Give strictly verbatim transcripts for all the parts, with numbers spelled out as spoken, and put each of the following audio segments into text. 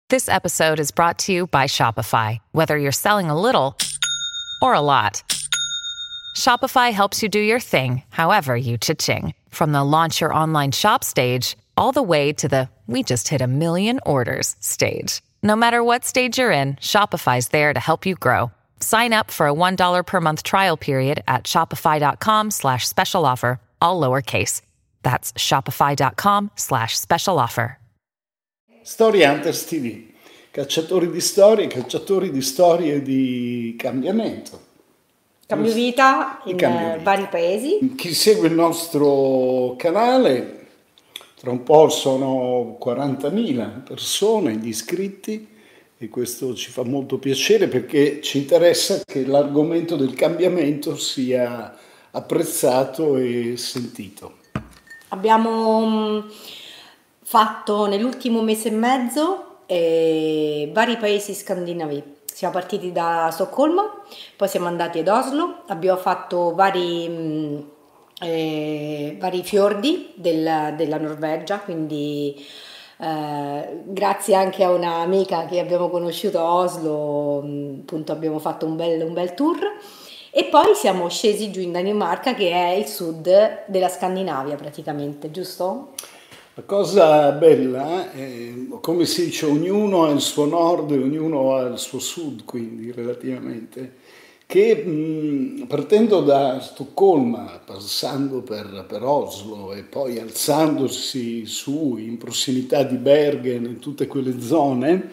This episode is brought to you by Shopify. Whether you're selling a little or a lot, Shopify helps you do your thing, however you cha-ching. From the launch your online shop stage, all the way to the we just hit a million orders stage. No matter what stage you're in, Shopify's there to help you grow. Sign up for a one dollar per month trial period at shopify.com slash special offer, all lowercase. That's shopify.com slash special offer. Story Hunters T V, cacciatori di storie, cacciatori di storie di cambiamento. Cambio vita in cambio vita. vari paesi. Chi segue il nostro canale, tra un po' sono quarantamila persone, gli iscritti, e questo ci fa molto piacere perché ci interessa che l'argomento del cambiamento sia apprezzato e sentito. Abbiamo fatto nell'ultimo mese e mezzo eh, vari paesi scandinavi. Siamo partiti da Stoccolma, poi siamo andati ad Oslo, abbiamo fatto vari, mh, eh, vari fiordi del, della Norvegia, quindi eh, grazie anche a un'amica che abbiamo conosciuto a Oslo, mh, appunto abbiamo fatto un bel, un bel tour. E poi siamo scesi giù in Danimarca, che è il sud della Scandinavia praticamente, giusto? La cosa bella è, come si dice, ognuno ha il suo nord e ognuno ha il suo sud, quindi relativamente, che mh, partendo da Stoccolma, passando per, per Oslo e poi alzandosi su in prossimità di Bergen e tutte quelle zone,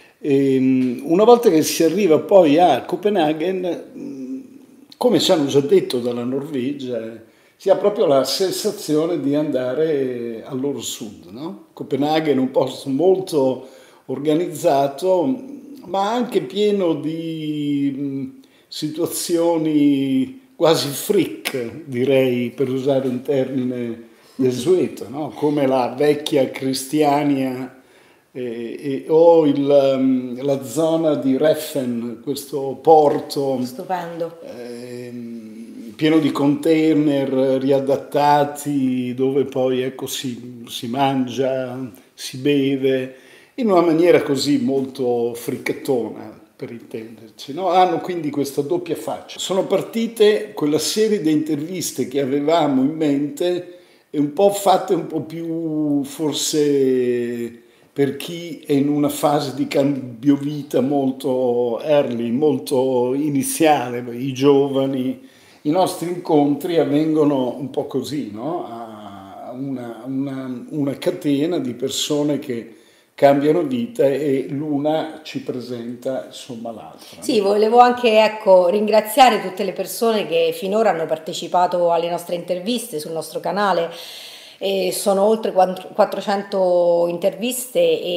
e, una volta che si arriva poi a Copenaghen, mh, come ci hanno già detto dalla Norvegia, si ha proprio la sensazione di andare al loro sud, no? Copenaghen è un posto molto organizzato, ma anche pieno di mh, situazioni quasi freak, direi, per usare un termine desueto, no? Come la vecchia Cristiania eh, eh, o il, um, la zona di Reffen, questo porto stupendo. Eh, pieno di container riadattati dove poi ecco, si, si mangia, si beve in una maniera così molto fricchettona, per intenderci, no? Hanno quindi questa doppia faccia. Sono partite quella serie di interviste che avevamo in mente e un po' fatte un po' più forse per chi è in una fase di cambio vita molto early, molto iniziale, i giovani. I nostri incontri avvengono un po' così, no? A una, una, una catena di persone che cambiano vita e l'una ci presenta insomma l'altra. Sì, volevo anche ecco, ringraziare tutte le persone che finora hanno partecipato alle nostre interviste sul nostro canale. E sono oltre quattrocento interviste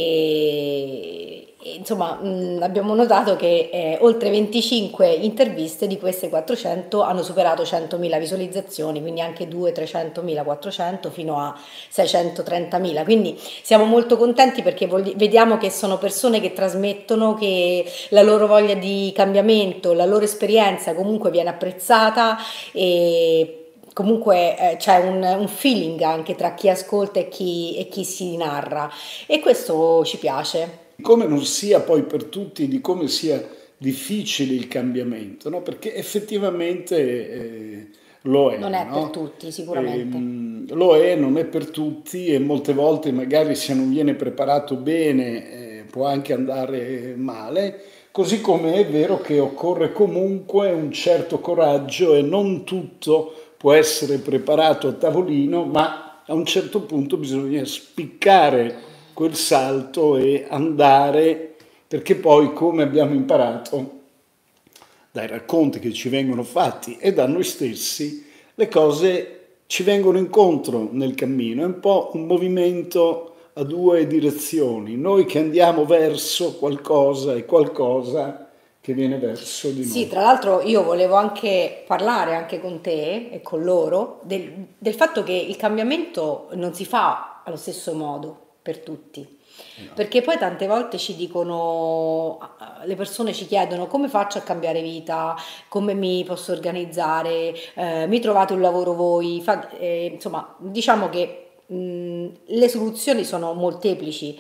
e, e insomma mh, abbiamo notato che eh, oltre venticinque interviste di queste quattrocento hanno superato centomila visualizzazioni, quindi anche duecento, trecentomila, quattrocento fino a seicentotrentamila, quindi siamo molto contenti perché vog- vediamo che sono persone che trasmettono che la loro voglia di cambiamento, la loro esperienza comunque viene apprezzata e comunque eh, c'è un, un feeling anche tra chi ascolta e chi, e chi si narra e questo ci piace. Come non sia poi per tutti, di come sia difficile il cambiamento, no? Perché effettivamente eh, lo è. Non è no? per tutti sicuramente. E, lo è, non è per tutti e molte volte magari se non viene preparato bene eh, può anche andare male. Così come è vero che occorre comunque un certo coraggio e non tutto può essere preparato a tavolino, ma a un certo punto bisogna spiccare quel salto e andare, perché poi, come abbiamo imparato dai racconti che ci vengono fatti e da noi stessi, le cose ci vengono incontro nel cammino. È un po' un movimento a due direzioni, noi che andiamo verso qualcosa e qualcosa che viene verso di noi. Sì, tra l'altro io volevo anche parlare anche con te e con loro del, del fatto che il cambiamento non si fa allo stesso modo per tutti. No. Perché poi tante volte ci dicono, le persone ci chiedono come faccio a cambiare vita, come mi posso organizzare, eh, mi trovate un lavoro voi, Fa, eh, insomma diciamo che mh, le soluzioni sono molteplici.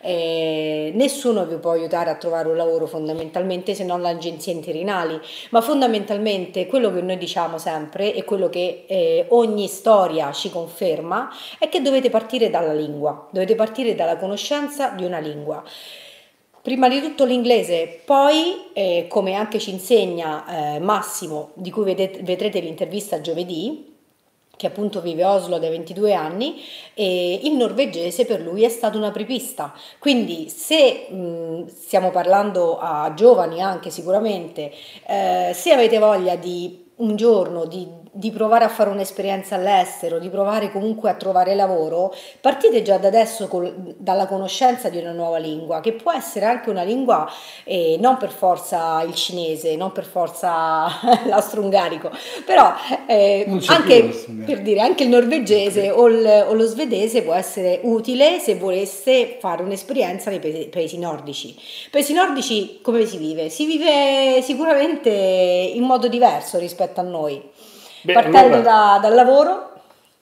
eh, nessuno vi può aiutare a trovare un lavoro fondamentalmente se non le agenzie interinali, ma fondamentalmente quello che noi diciamo sempre e quello che eh, ogni storia ci conferma è che dovete partire dalla lingua, dovete partire dalla conoscenza di una lingua. Prima di tutto l'inglese, poi eh, come anche ci insegna eh, Massimo, di cui vedete, vedrete l'intervista giovedì, che appunto vive a Oslo da ventidue anni, e il norvegese per lui è stato una apripista. Quindi se mh, stiamo parlando a giovani anche sicuramente, eh, se avete voglia di un giorno di di provare a fare un'esperienza all'estero, di provare comunque a trovare lavoro, partite già da adesso col, dalla conoscenza di una nuova lingua, che può essere anche una lingua eh, non per forza il cinese, non per forza l'austro-ungarico, però eh, anche per dire anche il norvegese o, il, o lo svedese può essere utile se voleste fare un'esperienza nei paesi, paesi nordici. Paesi nordici come si vive? Si vive sicuramente in modo diverso rispetto a noi. Beh, partendo allora, da, dal lavoro?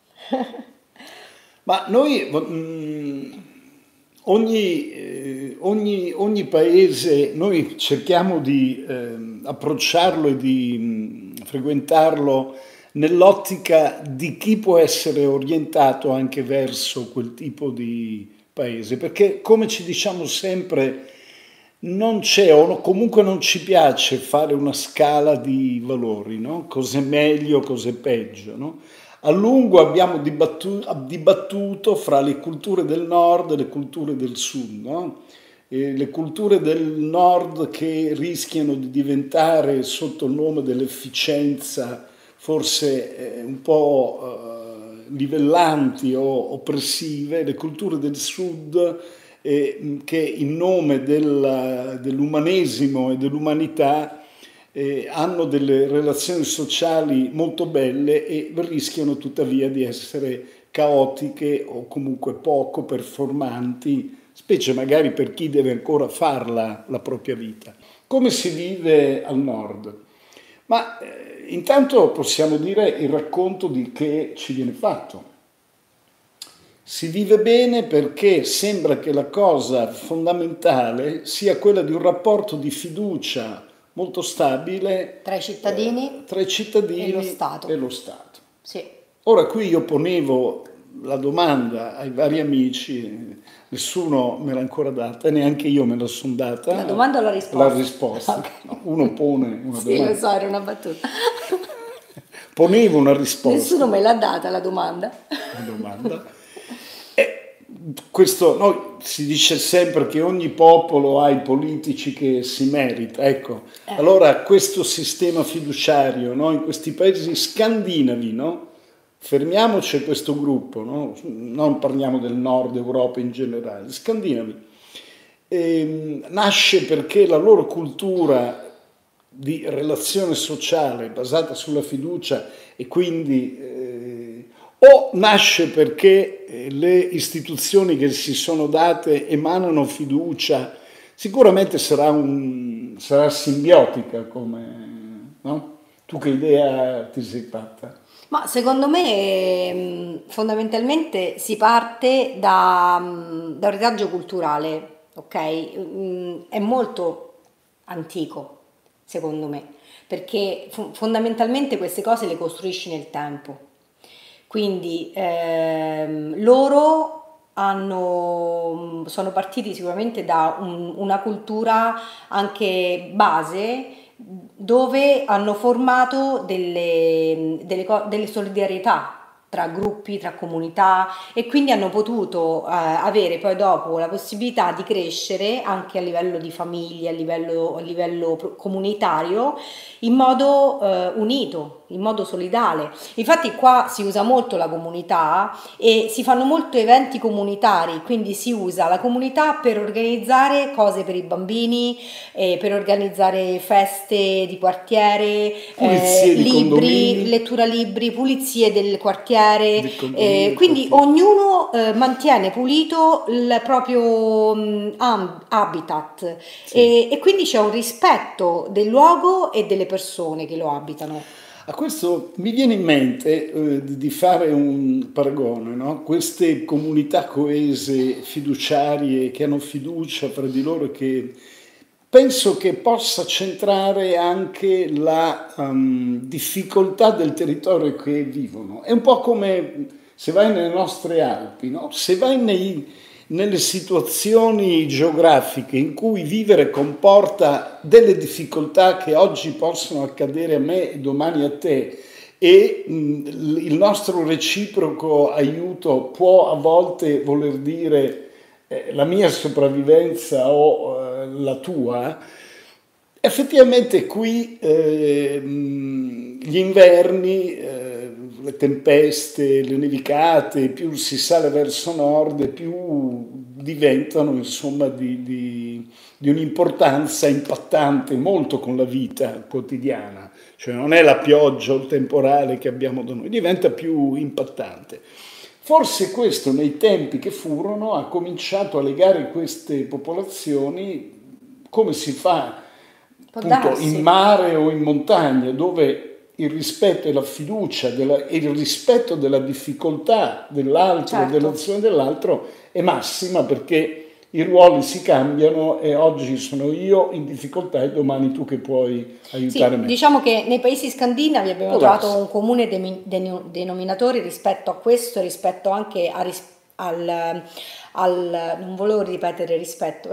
Ma noi mh, ogni, eh, ogni, ogni paese noi cerchiamo di eh, approcciarlo e di mh, frequentarlo nell'ottica di chi può essere orientato anche verso quel tipo di paese, perché come ci diciamo sempre non c'è o comunque non ci piace fare una scala di valori, no? Cos'è meglio, cos'è peggio, no? A lungo abbiamo dibattuto, dibattuto fra le culture del nord e le culture del sud, no? E le culture del nord che rischiano di diventare sotto il nome dell'efficienza forse eh, un po' eh, livellanti o oppressive, le culture del sud Eh, che in nome del, dell'umanesimo e dell'umanità eh, hanno delle relazioni sociali molto belle e rischiano tuttavia di essere caotiche o comunque poco performanti, specie magari per chi deve ancora farla la propria vita. Come si vive al nord? Ma eh, intanto possiamo dire il racconto di che ci viene fatto. Si vive bene perché sembra che la cosa fondamentale sia quella di un rapporto di fiducia molto stabile tra i cittadini, eh, tra i cittadini e lo Stato. E lo Stato. Sì. Ora qui io ponevo la domanda ai vari amici, nessuno me l'ha ancora data, neanche io me la sono data. La domanda o la risposta? La risposta. Okay. No, uno pone una sì, domanda. Sì, lo so, era una battuta. Ponevo una risposta. Nessuno me l'ha data la domanda. La domanda. Questo, no, si dice sempre che ogni popolo ha i politici che si merita, ecco. Eh. Allora questo sistema fiduciario, no, in questi paesi scandinavi, no, fermiamoci a questo gruppo, no, non parliamo del nord Europa in generale, scandinavi, e, nasce perché la loro cultura di relazione sociale basata sulla fiducia e quindi eh, o nasce perché le istituzioni che si sono date emanano fiducia, sicuramente sarà, un, sarà simbiotica come, no? Tu che idea ti sei fatta? Ma secondo me fondamentalmente si parte da, da un retaggio culturale, ok? È molto antico, secondo me, perché fondamentalmente queste cose le costruisci nel tempo. Quindi ehm, loro hanno, sono partiti sicuramente da un, una cultura anche base dove hanno formato delle, delle, delle solidarietà tra gruppi, tra comunità e quindi hanno potuto eh, avere poi dopo la possibilità di crescere anche a livello di famiglie, a livello, a livello comunitario in modo eh, unito, in modo solidale. Infatti qua si usa molto la comunità e si fanno molti eventi comunitari, quindi si usa la comunità per organizzare cose per i bambini, eh, per organizzare feste di quartiere, eh, di libri, condomini. lettura libri, pulizie del quartiere, eh, quindi ognuno eh, mantiene pulito il proprio um, habitat sì. e, e quindi c'è un rispetto del luogo e delle persone che lo abitano. A questo mi viene in mente eh, di fare un paragone, no? Queste comunità coese, fiduciarie, che hanno fiducia fra di loro e che penso che possa centrare anche la um, difficoltà del territorio che vivono. È un po' come se vai nelle nostre Alpi, no? Se vai nei, nelle situazioni geografiche in cui vivere comporta delle difficoltà che oggi possono accadere a me e domani a te, e mh, il nostro reciproco aiuto può a volte voler dire eh, la mia sopravvivenza o eh, la tua, effettivamente qui eh, gli inverni, eh, le tempeste, le nevicate, più si sale verso nord, più diventano insomma di, di, di un'importanza impattante molto con la vita quotidiana, cioè non è la pioggia o il temporale che abbiamo da noi, diventa più impattante. Forse questo nei tempi che furono ha cominciato a legare queste popolazioni come si fa appunto in mare o in montagna, dove il rispetto e la fiducia della, e il rispetto della difficoltà dell'altro, certo, dell'azione dell'altro è massima, perché i ruoli si cambiano e oggi sono io in difficoltà e domani tu che puoi aiutare sì, me. Diciamo che nei paesi scandinavi abbiamo oh, trovato un comune de- de- denominatore rispetto a questo, rispetto anche a ris- al, al, non volevo ripetere rispetto,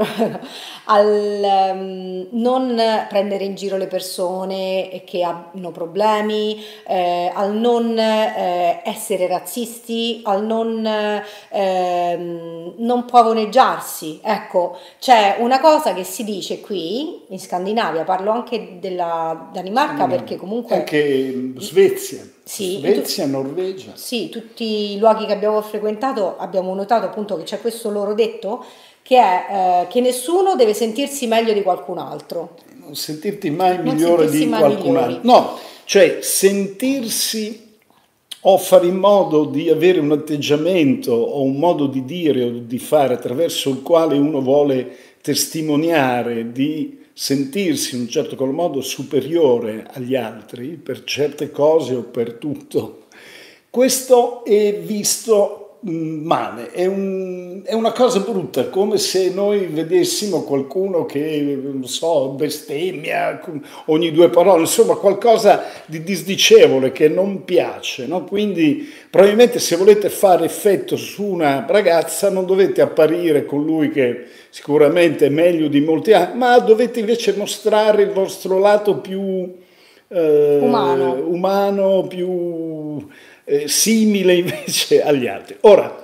al um, non prendere in giro le persone che hanno problemi, eh, al non eh, essere razzisti, al non, eh, non pavoneggiarsi. Ecco, c'è una cosa che si dice qui in Scandinavia, parlo anche della Danimarca, Danimarca. Perché comunque... Anche Svezia. Sì, Svezia, tu, Norvegia. Sì, tutti i luoghi che abbiamo frequentato abbiamo notato appunto che c'è questo loro detto che è eh, che nessuno deve sentirsi meglio di qualcun altro. Non sentirti mai non migliore sentirsi di mai qualcun migliori. altro. No, cioè sentirsi o fare in modo di avere un atteggiamento o un modo di dire o di fare attraverso il quale uno vuole testimoniare di sentirsi in un certo qual modo superiore agli altri per certe cose o per tutto. Questo è visto male, è, un, è una cosa brutta, come se noi vedessimo qualcuno che, non so, bestemmia ogni due parole, insomma qualcosa di disdicevole che non piace, no? Quindi probabilmente se volete fare effetto su una ragazza non dovete apparire con lui che sicuramente è meglio di molti altri, ma dovete invece mostrare il vostro lato più eh, umano. umano, più eh, simile invece agli altri. Ora,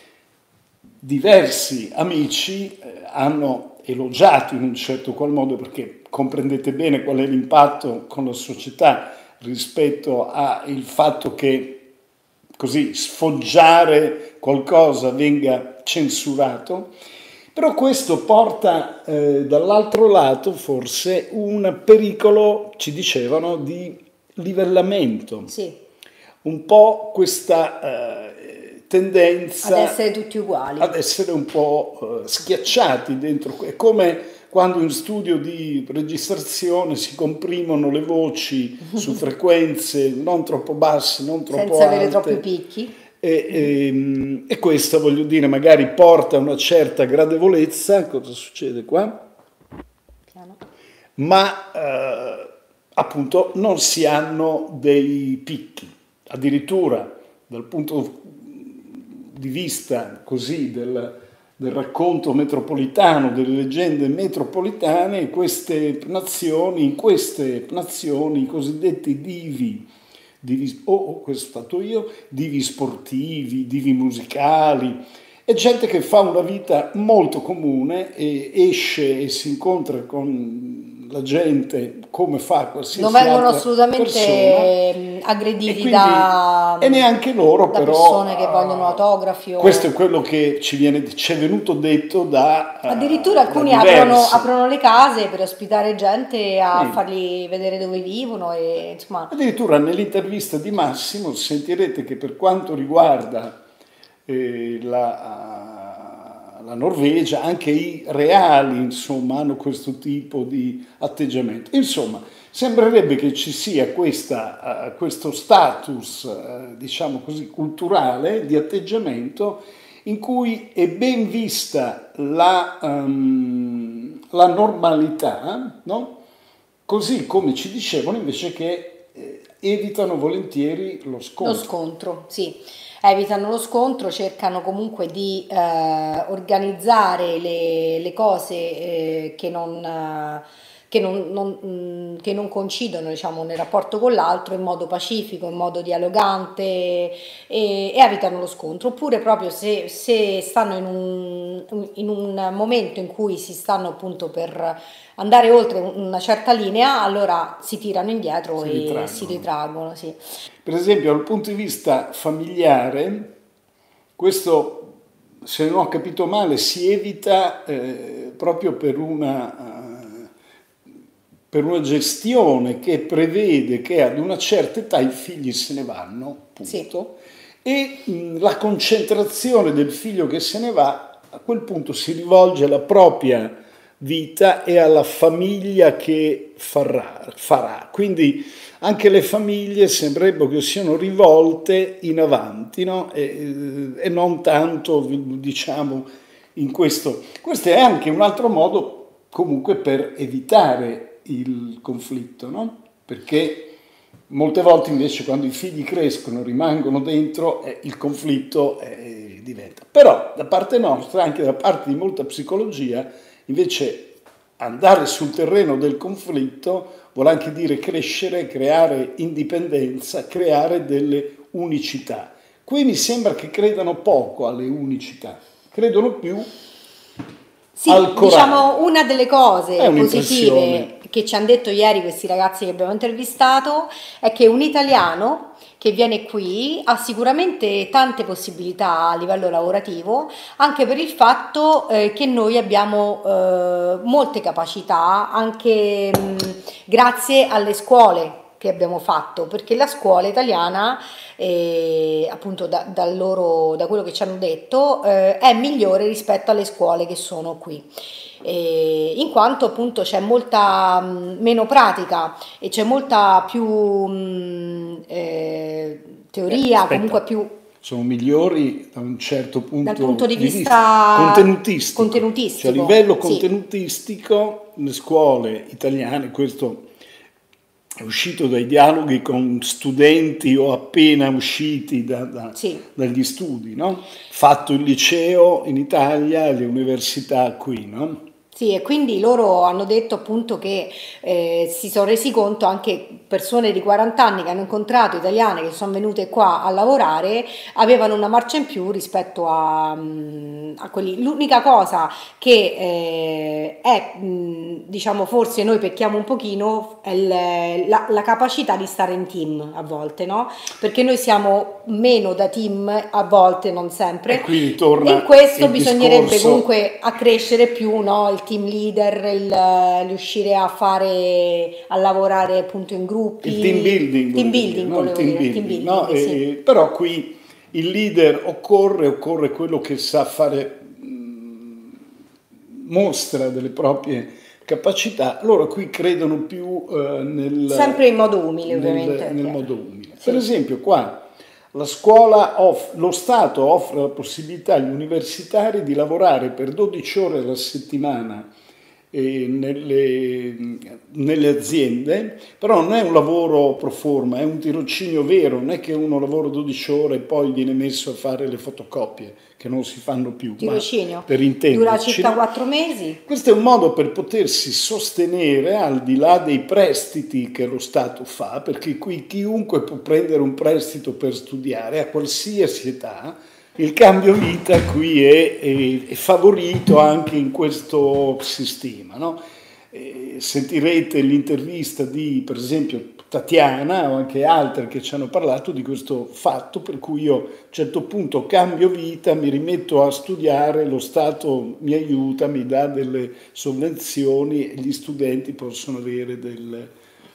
diversi amici eh, hanno elogiato in un certo qual modo, perché comprendete bene qual è l'impatto con la società rispetto al fatto che così sfoggiare qualcosa venga censurato. Però questo porta eh, dall'altro lato forse un pericolo, ci dicevano, di livellamento. Sì. Un po' questa eh, tendenza ad essere tutti uguali, ad essere un po' eh, schiacciati dentro. È come quando in studio di registrazione si comprimono le voci su frequenze non troppo basse, non troppo senza alte. avere troppi picchi. E, e, e questo, voglio dire, magari porta a una certa gradevolezza. Cosa succede qua? Piano. Ma eh, appunto non si hanno dei picchi. Addirittura dal punto di vista così del, del racconto metropolitano, delle leggende metropolitane, queste nazioni, in queste nazioni i cosiddetti divi, divi oh, oh, questo ho fatto io, divi sportivi, divi musicali, è gente che fa una vita molto comune e esce e si incontra con la gente come fa qualsiasi non vengono altra assolutamente persona. aggrediti E quindi, da e neanche loro da però persone che vogliono autografi o... Questo è quello che ci viene ci è venuto detto da addirittura uh, alcuni da aprono, aprono le case per ospitare gente a sì. fargli vedere dove vivono e insomma addirittura nell'intervista di Massimo sentirete che per quanto riguarda eh, la, la Norvegia, anche i reali, insomma, hanno questo tipo di atteggiamento. Insomma, sembrerebbe che ci sia questa, uh, questo status, uh, diciamo così, culturale di atteggiamento in cui è ben vista la, um, la normalità, no? Così come ci dicevano invece che eh, evitano volentieri lo scontro. Lo scontro, sì. Evitano lo scontro, cercano comunque di eh, organizzare le, le cose eh, che non... Eh, che non, non, che non coincidono, diciamo, nel rapporto con l'altro in modo pacifico, in modo dialogante e, e evitano lo scontro. Oppure proprio se, se stanno in un, in un momento in cui si stanno appunto per andare oltre una certa linea, allora si tirano indietro si e ritraggono. si ritraggono. Sì. Per esempio, dal punto di vista familiare, questo, se non ho capito male, si evita eh, proprio per una... per una gestione che prevede che ad una certa età i figli se ne vanno, punto, sì. E mh, la concentrazione del figlio che se ne va, a quel punto si rivolge alla propria vita e alla famiglia che farà. farà. Quindi anche le famiglie sembrerebbe che siano rivolte in avanti, no? e, e non tanto, diciamo, in questo. Questo è anche un altro modo comunque per evitare il conflitto, no? Perché molte volte invece quando i figli crescono, rimangono dentro, eh, il conflitto eh, diventa. Però da parte nostra, anche da parte di molta psicologia, invece andare sul terreno del conflitto vuol anche dire crescere, creare indipendenza, creare delle unicità. Qui mi sembra che credano poco alle unicità, credono più sì, al corale. Diciamo una delle cose positive che ci hanno detto ieri questi ragazzi che abbiamo intervistato è che un italiano che viene qui ha sicuramente tante possibilità a livello lavorativo, anche per il fatto eh, che noi abbiamo eh, molte capacità anche mh, grazie alle scuole che abbiamo fatto, perché la scuola italiana, eh, appunto da, da, loro, da quello che ci hanno detto, eh, è migliore rispetto alle scuole che sono qui. Eh, in quanto appunto c'è molta mh, meno pratica e c'è molta più mh, eh, teoria, Aspetta. comunque più... Sono migliori da un certo punto, dal punto di, di vista, vista contenutistico. contenutistico. Cioè a livello contenutistico, sì. Le scuole italiane, questo è uscito dai dialoghi con studenti o appena usciti da, da, sì. dagli studi, no? Fatto il liceo in Italia e le università qui, no? Sì, e quindi loro hanno detto appunto che eh, si sono resi conto, anche persone di quaranta anni che hanno incontrato italiane che sono venute qua a lavorare, avevano una marcia in più rispetto a, a quelli. L'unica cosa che eh, è, mh, diciamo, forse noi pecchiamo un pochino è il, la, la capacità di stare in team a volte, no? Perché noi siamo meno da team a volte, non sempre. E quindi torna in questo il bisognerebbe discorso... comunque accrescere più, no? Il team leader, il riuscire a fare, a lavorare appunto in gruppi, il team building, team building, dire, no? il team dire, building, team building no? sì. eh, però qui il leader occorre, occorre quello che sa fare, mh, mostra delle proprie capacità. Loro qui credono più eh, nel sempre in modo umile, nel, ovviamente nel modo umile. Sì. Per esempio qua la scuola off, lo Stato offre la possibilità agli universitari di lavorare per dodici ore alla settimana eh, nelle, nelle aziende, però non è un lavoro pro forma, è un tirocinio vero, non è che uno lavora dodici ore e poi viene messo a fare le fotocopie, che non si fanno più. Tirocinio, per intenderci, dura circa quattro mesi. Questo è un modo per potersi sostenere al di là dei prestiti che lo Stato fa, perché qui chiunque può prendere un prestito per studiare a qualsiasi età. Il cambio vita qui è, è, è favorito anche in questo sistema, no? Eh, sentirete l'intervista di, per esempio, Tatiana o anche altre che ci hanno parlato di questo fatto per cui io a un certo punto cambio vita, mi rimetto a studiare, lo Stato mi aiuta, mi dà delle sovvenzioni e gli studenti possono avere del,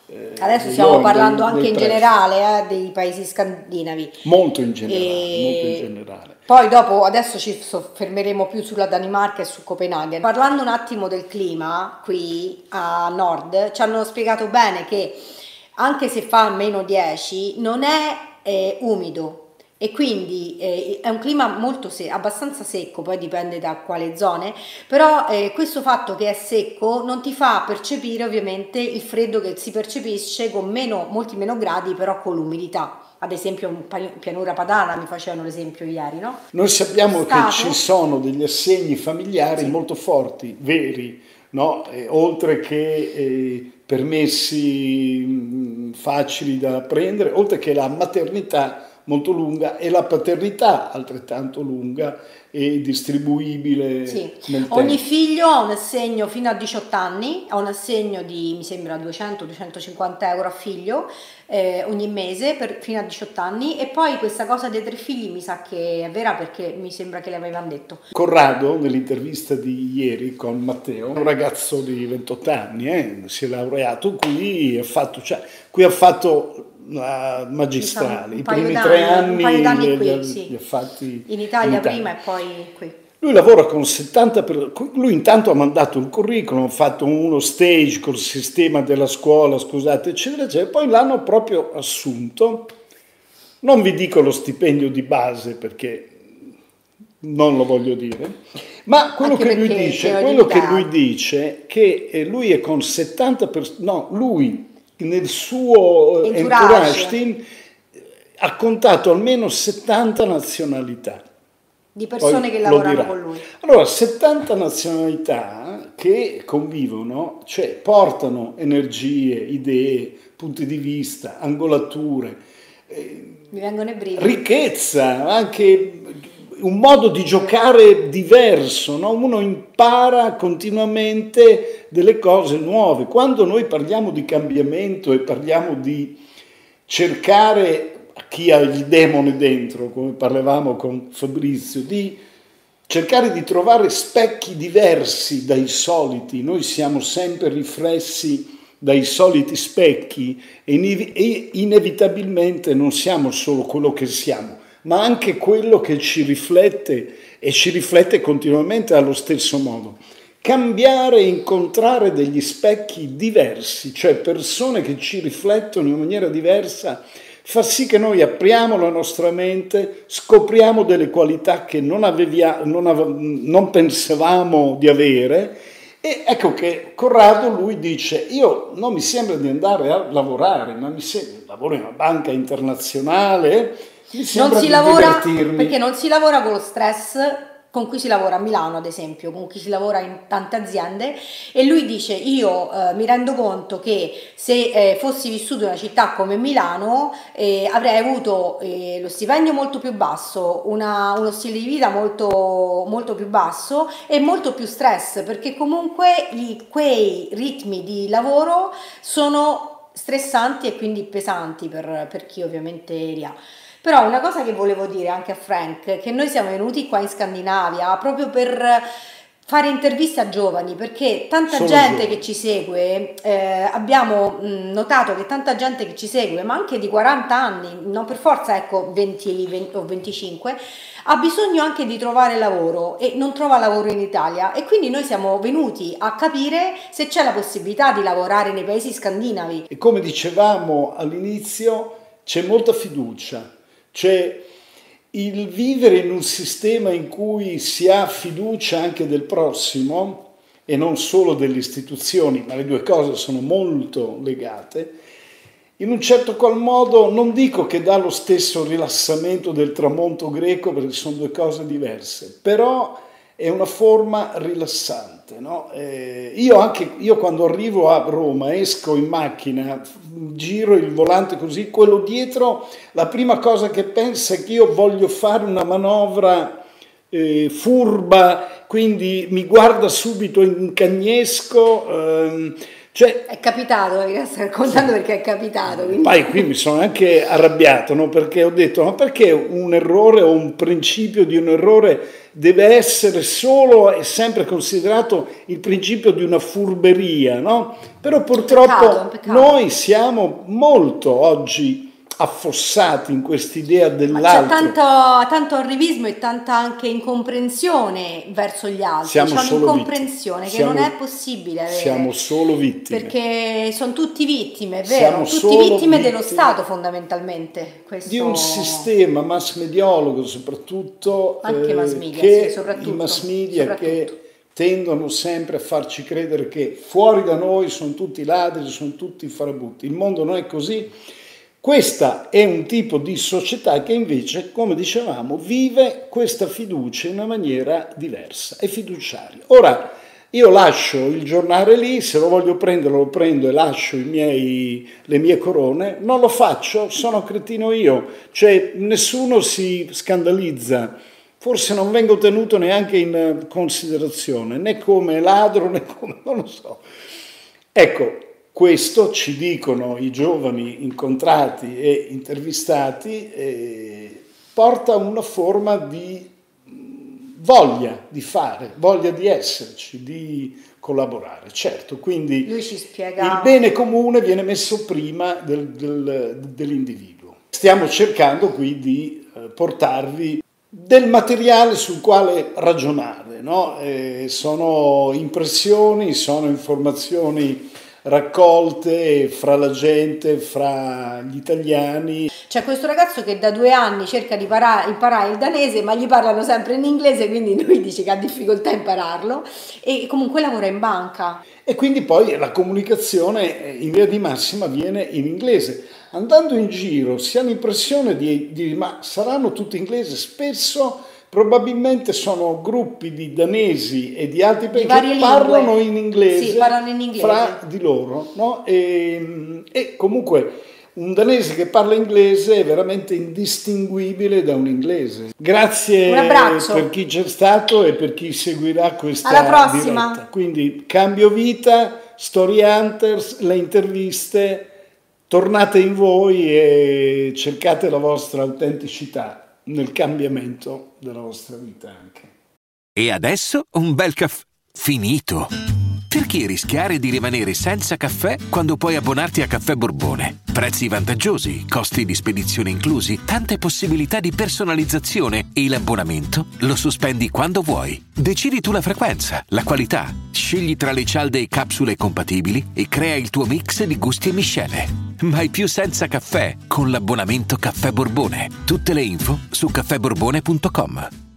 eh, Adesso stiamo dei, parlando dei, anche dei in generale eh, dei paesi scandinavi. Molto in generale, E molto in generale. poi dopo, adesso ci soffermeremo più sulla Danimarca e su Copenaghen. Parlando un attimo del clima, qui a nord, ci hanno spiegato bene che anche se fa meno dieci, non è eh, umido. E quindi eh, è un clima molto se- abbastanza secco, poi dipende da quale zone, però eh, questo fatto che è secco non ti fa percepire ovviamente il freddo che si percepisce con meno, molti meno gradi, però con l'umidità. Ad esempio in pa- pianura padana mi facevano l'esempio ieri, no? Noi sappiamo Stato? che ci sono degli assegni familiari Sì. molto forti, veri, no? Eh, oltre che eh, permessi mh, facili da prendere, oltre che la maternità molto lunga e la paternità altrettanto lunga e distribuibile Sì, nel ogni tempo. figlio ha un assegno fino a diciotto anni, ha un assegno di mi sembra duecento duecentocinquanta euro a figlio eh, ogni mese per, fino a diciotto anni, e poi questa cosa dei tre figli mi sa che è vera perché mi sembra che l'avevano detto. Corrado, nell'intervista di ieri con Matteo, un ragazzo di ventotto anni, eh, si è laureato qui, ha fatto, cioè, qui ha fatto la magistrale, Un i paio primi d'anni, tre un anni paio d'anni li, qui, li- sì. li ha fatti In Italia prima e poi qui. Lui lavora con settanta per... Lui intanto ha mandato il curriculum, ha fatto uno stage col sistema della scuola, scusate, eccetera, eccetera. Poi l'hanno proprio assunto. Non vi dico lo stipendio di base perché non lo voglio dire, ma quello Anche che lui perché dice, pieno di quello che vita. lui dice che eh, lui è con settanta per... no, lui nel suo eh, Entourage. entourage team eh, ha contato almeno settanta nazionalità. Di persone Poi che lo lavorano dirà. con lui. Allora, settanta nazionalità che convivono, cioè portano energie, idee, punti di vista, angolature, eh, Mi vengono i brividi. ricchezza, anche un modo di giocare diverso, no? Uno impara continuamente delle cose nuove. Quando noi parliamo di cambiamento e parliamo di cercare, chi ha il demone dentro, come parlavamo con Fabrizio, di cercare di trovare specchi diversi dai soliti. Noi siamo sempre riflessi dai soliti specchi e inevitabilmente non siamo solo quello che siamo, ma anche quello che ci riflette e ci riflette continuamente allo stesso modo. Cambiare e incontrare degli specchi diversi, cioè persone che ci riflettono in maniera diversa, fa sì che noi apriamo la nostra mente, scopriamo delle qualità che non, avevia, non, ave, non pensavamo di avere. E ecco che Corrado lui dice: io non mi sembra di andare a lavorare, ma mi sembra, lavoro in una banca internazionale, mi sembra Non si di lavora divertirmi. perché non si lavora con lo stress con cui si lavora a Milano, ad esempio, con cui si lavora in tante aziende, e lui dice: io eh, mi rendo conto che se eh, fossi vissuto in una città come Milano eh, avrei avuto eh, lo stipendio molto più basso, una, uno stile di vita molto, molto più basso e molto più stress, perché comunque i, quei ritmi di lavoro sono stressanti e quindi pesanti per, per chi ovviamente li ha. Però una cosa che volevo dire anche a Frank, che noi siamo venuti qua in Scandinavia proprio per fare interviste a giovani, perché tanta Sono gente giovani. che ci segue, eh, abbiamo mh, notato che tanta gente che ci segue, ma anche di quaranta anni, non per forza ecco venti, venti o venticinque, ha bisogno anche di trovare lavoro e non trova lavoro in Italia, e quindi noi siamo venuti a capire se c'è la possibilità di lavorare nei paesi scandinavi. E come dicevamo all'inizio, c'è molta fiducia. Cioè il vivere in un sistema in cui si ha fiducia anche del prossimo e non solo delle istituzioni, ma le due cose sono molto legate, in un certo qual modo non dico che dà lo stesso rilassamento del tramonto greco, perché sono due cose diverse, però è una forma rilassante, no? Eh, io anche io quando arrivo a Roma, esco in macchina, giro il volante così, quello dietro, la prima cosa che pensa è che io voglio fare una manovra eh, furba, quindi mi guarda subito in cagnesco, ehm, Cioè, è capitato, mi sto raccontando perché è capitato. Quindi. Poi qui mi sono anche arrabbiato, no? Perché ho detto, ma perché un errore o un principio di un errore deve essere solo e sempre considerato il principio di una furberia, no? Però purtroppo peccato, peccato. Noi siamo molto oggi affossati in quest'idea dell'altro. Ma c'è tanto, tanto arrivismo e tanta anche incomprensione verso gli altri. Siamo c'è solo un'incomprensione che siamo, non è possibile avere. Siamo solo vittime. Perché sono tutti vittime, è vero? Siamo tutti solo vittime, vittime dello Stato fondamentalmente. Questo... Di un sistema mass mediologo soprattutto. Anche eh, mass media, che sì, soprattutto. I mass media soprattutto. che tendono sempre a farci credere che fuori da noi sono tutti ladri, sono tutti farabutti. Il mondo non è così. Questa è un tipo di società che invece, come dicevamo, vive questa fiducia in una maniera diversa, è fiduciario. Ora, io lascio il giornale lì, se lo voglio prendere lo prendo e lascio i miei, le mie corone, non lo faccio, sono cretino io, cioè nessuno si scandalizza, forse non vengo tenuto neanche in considerazione, né come ladro né come, non lo so. Ecco, questo ci dicono i giovani incontrati e intervistati, eh, porta una forma di voglia di fare, voglia di esserci, di collaborare. Certo, quindi Lui ci spiega... il bene comune viene messo prima del, del, dell'individuo. Stiamo cercando qui di eh, portarvi del materiale sul quale ragionare, no? Eh, sono impressioni, sono informazioni raccolte fra la gente, fra gli italiani. C'è questo ragazzo che da due anni cerca di para- imparare il danese, ma gli parlano sempre in inglese, quindi lui dice che ha difficoltà a impararlo e comunque lavora in banca. E quindi poi la comunicazione in via di massima avviene in inglese. Andando in giro si ha l'impressione di, di ma saranno tutti inglesi? Spesso probabilmente sono gruppi di danesi e di altri paesi che parlano in inglese, sì, parlano in inglese fra di loro, no? E, e comunque un danese che parla inglese è veramente indistinguibile da un inglese. Grazie per chi c'è stato e per chi seguirà questa Alla prossima. diretta. Quindi Cambio Vita, Story Hunters, le interviste, tornate in voi e cercate la vostra autenticità nel cambiamento della vostra vita anche. E adesso un bel caffè finito. Perché rischiare di rimanere senza caffè quando puoi abbonarti a Caffè Borbone? Prezzi vantaggiosi, costi di spedizione inclusi, tante possibilità di personalizzazione e l'abbonamento lo sospendi quando vuoi. Decidi tu la frequenza, la qualità, scegli tra le cialde e capsule compatibili e crea il tuo mix di gusti e miscele. Mai più senza caffè con l'abbonamento Caffè Borbone. Tutte le info su caffè borbone punto com.